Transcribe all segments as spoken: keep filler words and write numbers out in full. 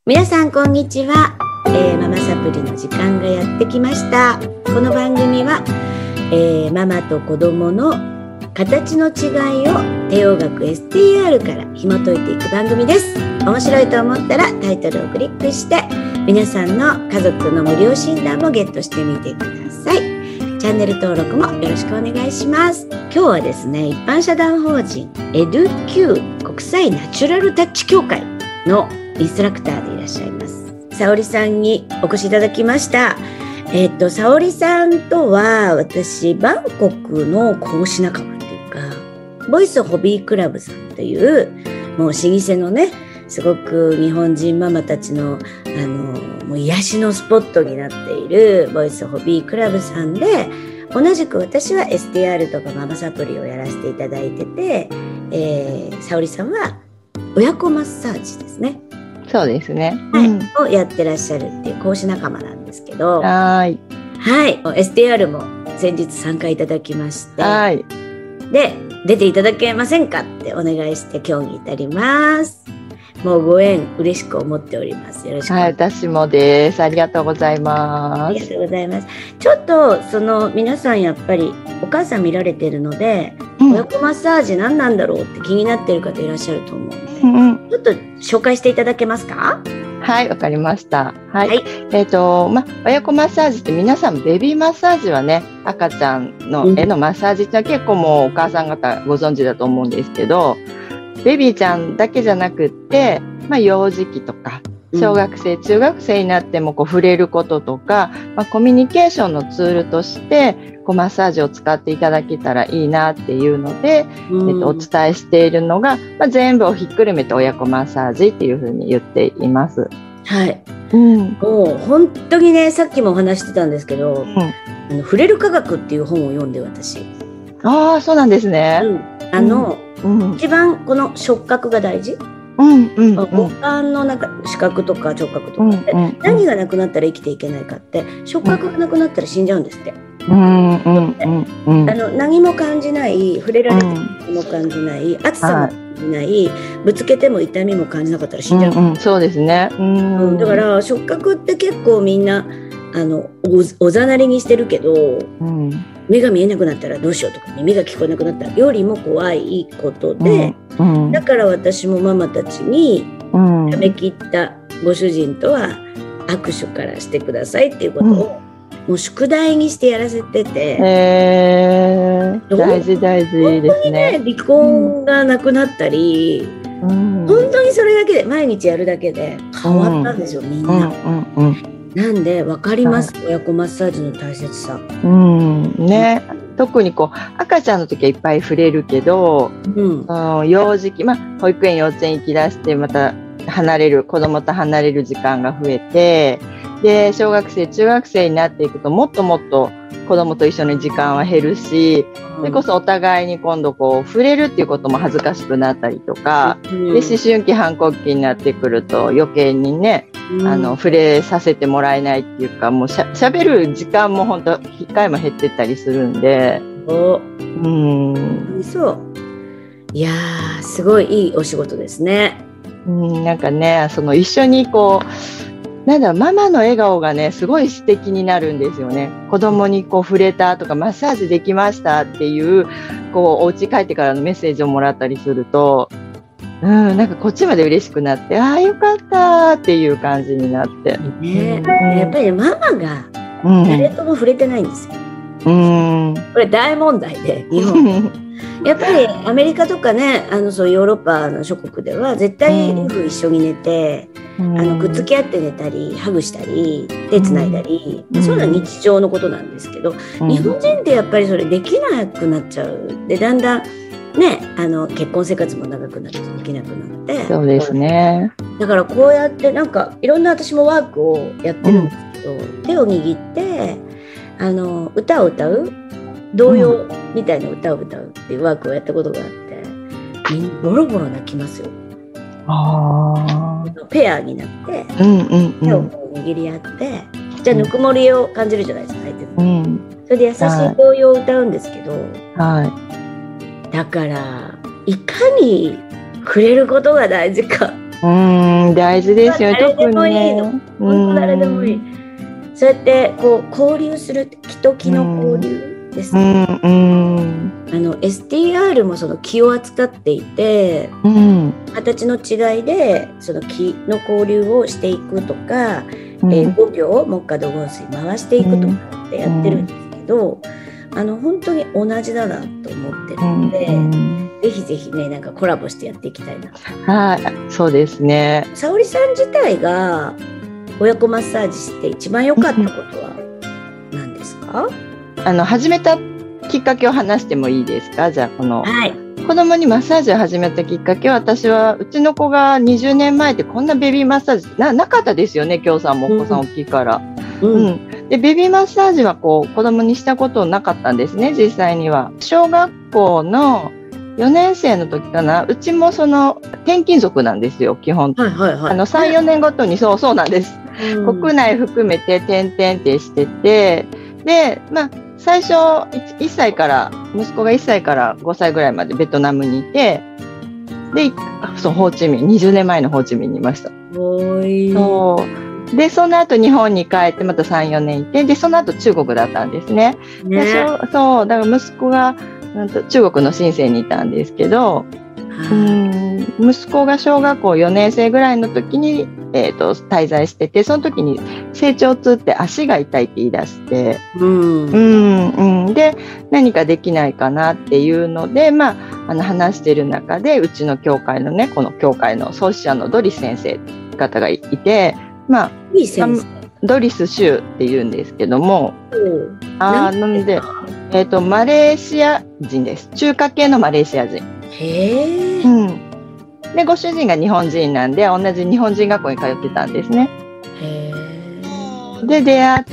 皆さんこんにちは、えー、ママサプリの時間がやってきました。この番組は、えー、ママと子供の形の違いを帝王学 エスティーアール から紐解いていく番組です。面白いと思ったらタイトルをクリックして皆さんの家族の無料診断もゲットしてみてください。チャンネル登録もよろしくお願いします。今日はですね、一般社団法人エドゥキュー国際ナチュラルタッチ協会のインストラクターでいらっしゃいます沙織さんにお越しいただきました。えっと沙織さんとは私バンコクの講師仲間というか、ボイスホビークラブさんというもう老舗のね、すごく日本人ママたちのあのもう癒しのスポットになっているボイスホビークラブさんで、同じく私は エスティーアール とかママサプリをやらせていただいてて、えー、沙織さんは親子マッサージですね。 そうですね、 はい、 うん、 をやってらっしゃるっていう講師仲間なんですけど、 はいはい、エスティーアール も先日参加いただきまして、 はい、 で出ていただけませんかってお願いして今日に至ります。もうご縁嬉しく思っております。よろしくお願いします。 はい、私もです。ありがとうございます。 ありがとうございます。ちょっとその皆さんやっぱりお母さん見られてるので、うん、親子マッサージ何なんだろうって気になってる方いらっしゃると思うので、うんうん、ちょっと紹介していただけますか？ はい、わかりました。はい、はい、 えっとま親子マッサージって皆さんベビーマッサージはね、赤ちゃんのへのマッサージって結構もうお母さん方ご存知だと思うんですけど、ベビーちゃんだけじゃなくって、まあ、幼児期とか小学生、うん、中学生になってもこう触れることとか、まあ、コミュニケーションのツールとしてこうマッサージを使っていただけたらいいなっていうので、うん、えっと、お伝えしているのが、まあ、全部をひっくるめて親子マッサージっていうふうに言っています。 はい、うん、もう本当にね、さっきもお話してたんですけど、うん、あの触れる科学っていう本を読んで私、 ああ、そうなんですね。 うん、あの、うん、一番この触覚が大事、 うんうんうん、 五感の中、視覚とか聴覚とかって、うんうんうん、何がなくなったら生きていけないかって、触覚がなくなったら死んじゃうんですって、うんうんうんうん、あの何も感じない、触れられても感じない、暑さも感じない、ぶつけても痛みも感じなかったら死んじゃう、うんうん、 そうですね、うんうん、 だから触覚って結構みんなあの お, おざなりにしてるけど、うん、目が見えなくなったらどうしようとか、耳が聞こえなくなったらよりも怖いことで、うんうん、だから私もママたちにやめきったご主人とは握手からしてくださいっていうことを、うん、もう宿題にしてやらせてて、 えー、大事大事ですね。 本当にね、離婚がなくなったり、うん、本当にそれだけで毎日やるだけで変わったんですよ、うん、みんな、うんうんうん、なんで分かります、はい、親子マッサージの大切さ、 うんね、特にこう赤ちゃんの時はいっぱい触れるけど、うんうん、幼児期、まあ、保育園幼稚園行き出してまた離れる子供と離れる時間が増えて、で小学生中学生になっていくともっともっと子供と一緒に時間は減るし、それこそお互いに今度こう触れるっていうことも恥ずかしくなったりとか、うん、で思春期反抗期になってくると余計にね、うん、あの触れさせてもらえないっていうか、もうしゃ、しゃべる時間も本当一回も減ってったりするんで、 お、うん、そう、いやーすごいいいお仕事ですね。 うん、なんかね、その一緒にこうなんだろう、ママの笑顔がねすごい素敵になるんですよね。子供にこう触れたとかマッサージできましたっていうこうお家帰ってからのメッセージをもらったりすると、うん、なんかこっちまで嬉しくなって、ああよかったっていう感じになって、 ね、うん、やっぱりママが誰とも触れてないんですよ、うん、これ大問題で日本やっぱりアメリカとかね、あのそうヨーロッパの諸国では絶対夫婦一緒に寝て、うん、あのくっつき合って寝たりハグしたり手つないだり、うん、そういうのは日常のことなんですけど、うん、日本人ってやっぱりそれできなくなっちゃう。でだんだんね、あの結婚生活も長くなってできなくなって、 そうですね。 だからこうやってなんかいろんな私もワークをやってるんですけど、うん、手を握ってあの歌を歌う童謡みたいな歌を歌うっていうワークをやったことがあって、みんなボロボロ泣きますよ。あペアになって、うんうんうん、手を握り合って、じゃあぬくもりを感じるじゃないですか、相手の、うん、それで優しい童謡を歌うんですけど、はい、だからいかに触れることが大事かっうん、大事ですよね。 誰でもいいの。本当誰でもいい。そうやってこう交流する、気と気の交流ですね。うんうん、あの エスティーアール もその気を扱っていて、うん、形の違いでその気の交流をしていくとか、うん、えー、ごびょう木火土金水回していくとかってやってるんですけど、うん、あの本当に同じだなと思ってるので、うん、ぜひぜひね、なんかコラボしてやっていきたいな。 はい、そうですね。 沙織さん自体が親子マッサージして一番良かったことは何ですか？ あの始めたきっかけを話してもいいですか？じゃあこの、はい、子供にマッサージを始めたきっかけは、私はうちの子がにじゅうねんまえでこんなベビーマッサージ な, なかったですよね。きょうさんもお子さん大きいから、うんうん、でベビーマッサージはこう子供にしたことなかったんですね。実際には小学校のよねん生の時かな、うちもその転勤族なんですよ、基本、はいはいはい、あのさん、よねんごとにそうそうなんです、うん、国内含めて転々ってしてて、でまあ最初いっさいから、息子がいっさいからごさいぐらいまでベトナムにいて、でそうホーチミン、にじゅうねんまえのホーチミンにいました。おいそうでその後日本に帰ってまたさん、よねんいて、でその後中国だったんですね。ね、でそうだから息子が中国の深センにいたんですけど、うん、息子が小学校よねん生ぐらいの時に、えー、と滞在してて、その時に成長痛って足が痛いって言い出して、うんうんうん、で何かできないかなっていうので、まあ、あの話してる中でうちの教会のね、この教会の創始者のドリス先生って方がいて、まあ、いい先生、ドリス州っていうんですけども、あなので、えーと、マレーシア人です。中華系のマレーシア人。へー、うん、でご主人が日本人なんで、同じ日本人学校に通ってたんですね。へー、で出会って、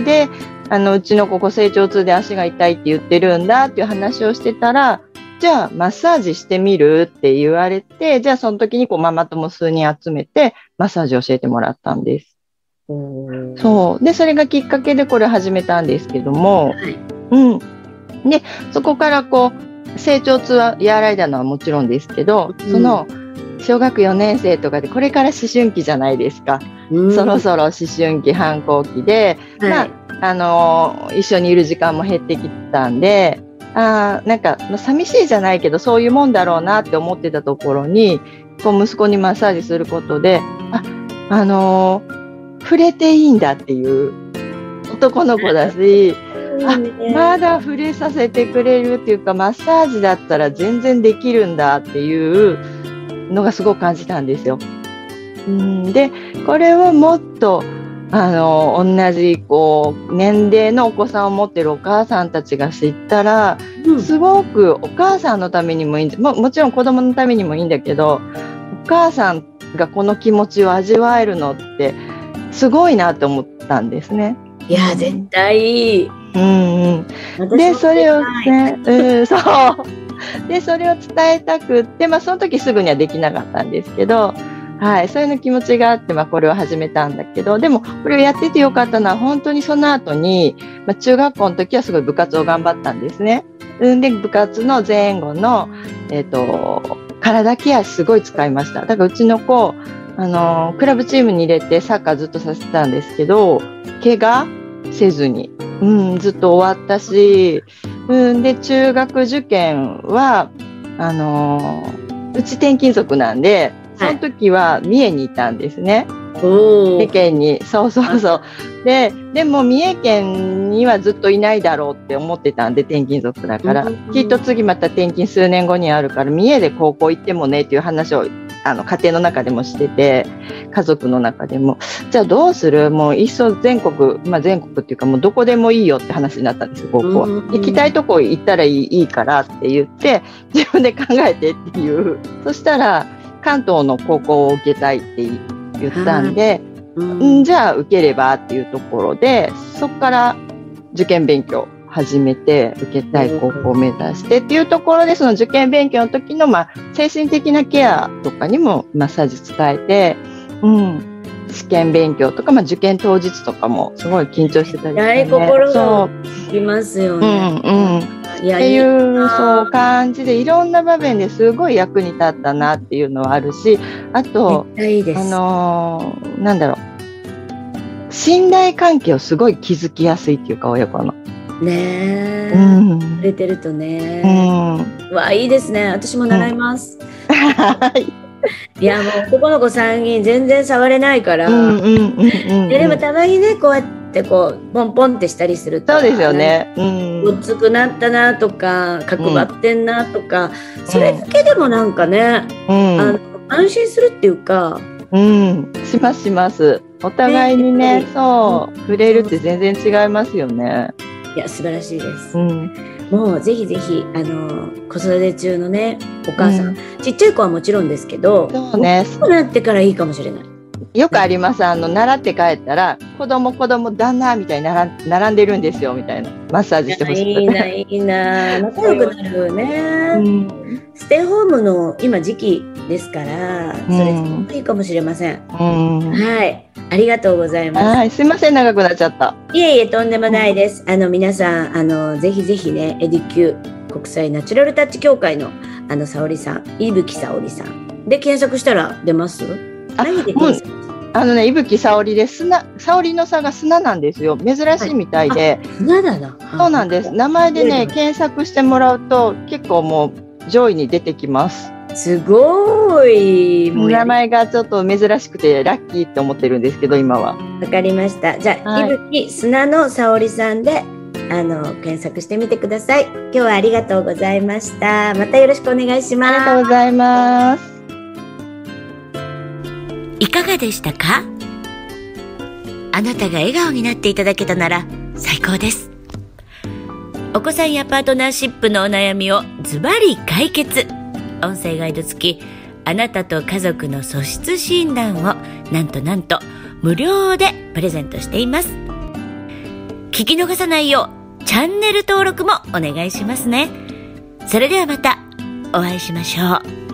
であのうちの子子成長痛で足が痛いって言ってるんだっていう話をしてたら、じゃあマッサージしてみるって言われて、じゃあその時にこうママ友数人集めてマッサージを教えてもらったんです。そうでそれがきっかけでこれ始めたんですけども、はい、うん、でそこからこう成長痛は和らいだのはもちろんですけど、うん、その小学よねん生とかでこれから思春期じゃないですか、うん、そろそろ思春期反抗期で、はい、まああのー、一緒にいる時間も減ってきたんで、あなんか寂しいじゃないけどそういうもんだろうなって思ってたところに、こう息子にマッサージすることで、あ、あのー触れていいんだっていう男の子だし、あ、まだ触れさせてくれるっていうか、マッサージだったら全然できるんだっていうのがすごく感じたんですよ。うんでこれをもっとあの同じこう年齢のお子さんを持ってるお母さんたちが知ったら、うん、すごくお母さんのためにもいいんだ、 も, もちろん子供のためにもいいんだけど、お母さんがこの気持ちを味わえるのってすごいなと思ったんですね。 いや絶対いい、 うんうん、でそれをね、うん、そうでそれを伝えたくって、まあ、その時すぐにはできなかったんですけど、はい、そういうの気持ちがあって、まあ、これを始めたんだけど、でもこれをやっててよかったのは本当にその後に、まあ、中学校の時はすごい部活を頑張ったんですね。で部活の前後の、えーと、体ケアすごい使いました。だからうちの子あのクラブチームに入れてサッカーずっとさせてたんですけど、怪我せずに、うん、ずっと終わったし、うん、で中学受験はあのうち転勤族なんで、その時は三重にいたんですね、はい、三重県に。そうそうそうででも三重県にはずっといないだろうって思ってたんで、転勤族だから、うん、きっと次また転勤数年後にあるから三重で高校行ってもねっていう話をあの家庭の中でもしてて、家族の中でも、じゃあどうする、もういっそ全国、まあ、全国っていうかもうどこでもいいよって話になったんですよ、高校は。行きたいとこ行ったらいい、いいからって言って自分で考えてっていう。そしたら関東の高校を受けたいって言ったんで、んじゃあ受ければっていうところで、そこから受験勉強始めて、受けたい高校を目指してっていうところで、その受験勉強の時の、まあ、精神的なケアとかにもマッサージ使えて、うん、試験勉強とか、まあ、受験当日とかもすごい緊張してたりして、ね、 心がきますよね。 うんうん、 いやっていうそう感じでいろんな場面ですごい役に立ったなっていうのはあるし、あといいです、 あのー、なんだろう、信頼関係をすごい築きやすいっていうか、親子のねえ、 うん、 触れてるとね、 うん、 わあいいですね。私も習います、 うん、 いやもう男の子さんにん全然触れないから、 うんうんうんうんうん、 でもたまにねこうやってこうポンポンってしたりすると、 そうですよね、うん、 ごっつくなったなとか角張ってんなとか、うん、それだけでもなんかね、うん、あの安心するっていうか、 うん、しますします。お互いにね、ね、そう、うん、触れるって全然違いますよね。 いや素晴らしいです、 うん、 もうぜひぜひあの子育て中のねお母さん、うん、ちっちゃい子はもちろんですけど、 そうね、 大きくなってからいいかもしれない。 よくあります。あの習って帰ったら子供子供旦那みたいに並ん並んでるんですよみたいな、マッサージしてほしい。 いいないいな、仲良くなるね、うん、ステイホームの今時期ですから、それすごくいいかもしれません、うん、はい、ありがとうございます。 はい、すいません長くなっちゃった。 いえいえとんでもないです、うん、あの皆さんあのぜひぜひねエデュキュー国際ナチュラルタッチ協会のあの沙織さん、伊吹沙織さんで検索したら出ます？何で検索？ あのね、伊吹沙織で砂、沙織の差が砂なんですよ。珍しいみたいで。 はい、砂だな。 そうなんです。名前でね、検索してもらうと結構もう上位に出てきます。 すごい。 もう名前がちょっと珍しくてラッキーって思ってるんですけど、今は。 わかりました。じゃあ、はい、伊吹砂の沙織さんであの検索してみてください。今日はありがとうございました。またよろしくお願いします。 ありがとうございます。 いかがでしたか？あなたが笑顔になっていただけたなら最高です。お子さんやパートナーシップのお悩みをズバリ解決。音声ガイド付きあなたと家族の素質診断をなんとなんと無料でプレゼントしています。聞き逃さないようチャンネル登録もお願いしますね。それではまたお会いしましょう。